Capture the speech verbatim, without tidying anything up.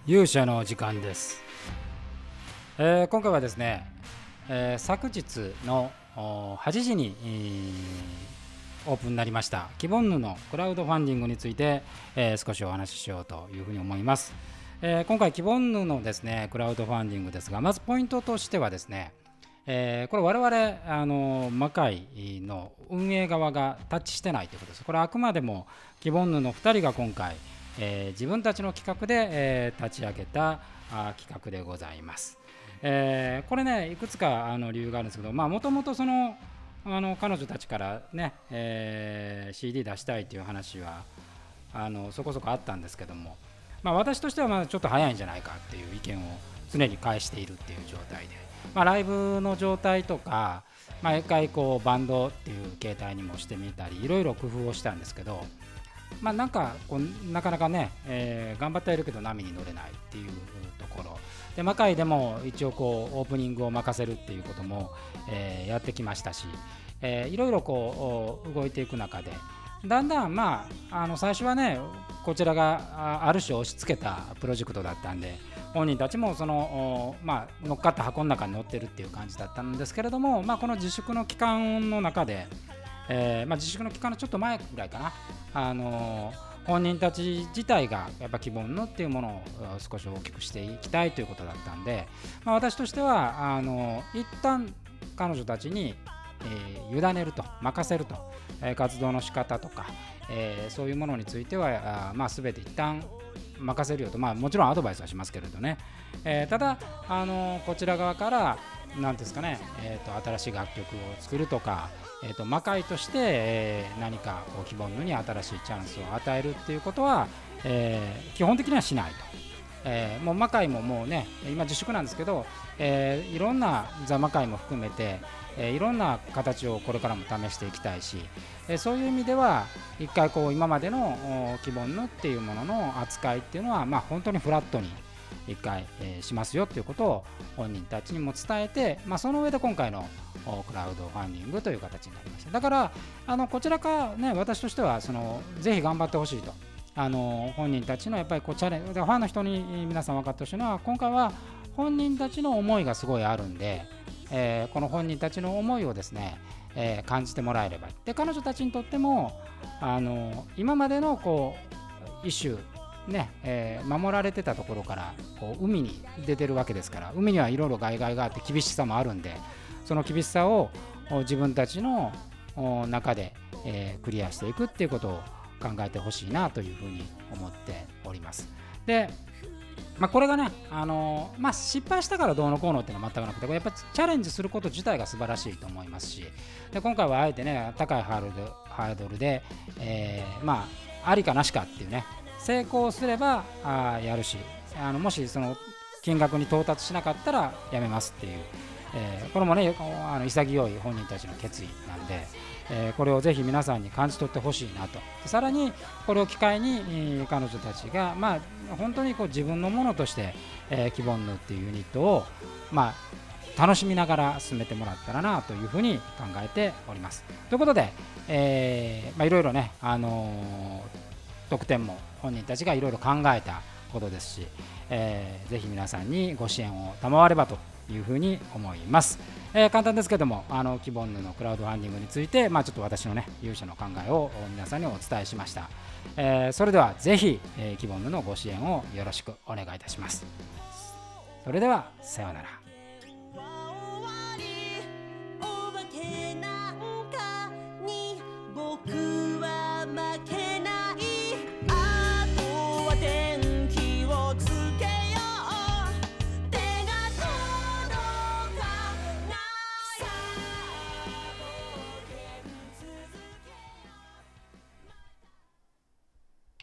勇者の時間です。えー今回はですね、えー昨日のおはちじに、えーオープンになりましたキボンヌのクラウドファンディングについて、えー少しお話ししようというふうに思います。えー今回キボンヌのですねクラウドファンディングですが、まずポイントとしてはですね、えーこれ我々あの魔界の運営側がタッチしてないということです。これはあくまでもキボンヌのふたりが今回、えー自分たちの企画で、えー立ち上げたあ企画でございます。えーこれねいくつかあの理由があるんですけど、もともとそのあの彼女たちからね、えーシーディー 出したいという話はあのそこそこあったんですけども、まあ、私としてはまだちょっと早いんじゃないかっていう意見を常に返しているっていう状態で、まあ、ライブの状態とか毎回こうバンドっていう形態にもしてみたりいろいろ工夫をしたんですけど、まあ、なんかこうなかなかね、えー頑張ってはいるけど波に乗れないっていうところで、魔界でも一応こうオープニングを任せるっていうことも、えーやってきましたし、えーいろいろこう動いていく中でだんだんまああの最初はねこちらがあある種押し付けたプロジェクトだったんで、本人たちもその、おまあ、乗っかった箱の中に乗ってるっていう感じだったんですけれども、まあ、この自粛の期間の中で、えーまあ、自粛の期間のちょっと前ぐらいかな、あのー本人たち自体がやっぱ希望のっていうものを少し大きくしていきたいということだったんで、まあ、私としてはあのー一旦彼女たちに、えー委ねると任せると、えー活動の仕方とか、えーそういうものについてはあ、まあ、全て一旦任せるよと、まあ、もちろんアドバイスはしますけれどね、えーただ、あのーこちら側から何ですかね、えーと新しい楽曲を作るとか、えーと魔界として、えー何かこう希望のに新しいチャンスを与えるっていうことは、えー基本的にはしないと。えーもう魔界ももうね今自粛なんですけど、えーいろんなザ魔界も含めて、えーいろんな形をこれからも試していきたいし、えーそういう意味では一回こう今までの希望のっていうものの扱いっていうのは、まあ、本当にフラットに一回、えーしますよっていうことを本人たちにも伝えて、まあ、その上で今回のクラウドファンディングという形になりました。だからあのこちらからね私としてはそのぜひ頑張ってほしいと、あの本人たちのやっぱりこうチャレンジ、ファンの人に皆さん分かってほしいのは、今回は本人たちの思いがすごいあるんで、えーこの本人たちの思いをですね、えー感じてもらえれば、で彼女たちにとってもあの今までのこう一種ね、えー守られてたところからこう海に出てるわけですから、海にはいろいろ害害があって厳しさもあるんで、その厳しさをお自分たちのお中で、えークリアしていくっていうことを考えてほしいなというふうに思っております。で、まあ、これがね、あのーまあ、失敗したからどうのこうのっていうのは全くなくて、これやっぱりチャレンジすること自体が素晴らしいと思いますし、で今回はあえてね高いハードルハードルで、えーまあありかなしかっていうね、成功すればあやるし、あのもしその金額に到達しなかったらやめますっていう、えーこれもねあの潔い本人たちの決意なんで、えーこれをぜひ皆さんに感じ取ってほしいなと。さらにこれを機会に、えー彼女たちが、まあ、本当にこう自分のものとして、えー、キボンヌっていうユニットを、まあ、楽しみながら進めてもらったらなというふうに考えております。ということで、えーまあ、いろいろね、あのー特典も本人たちがいろいろ考えたことですし、えーぜひ皆さんにご支援を賜ればというふうに思います。えー簡単ですけども、あのキボンヌのクラウドファンディングについて、まあ、ちょっと私のね勇者の考えを皆さんにお伝えしました。えーそれではぜひ、えーキボンヌのご支援をよろしくお願いいたします。それではさようなら。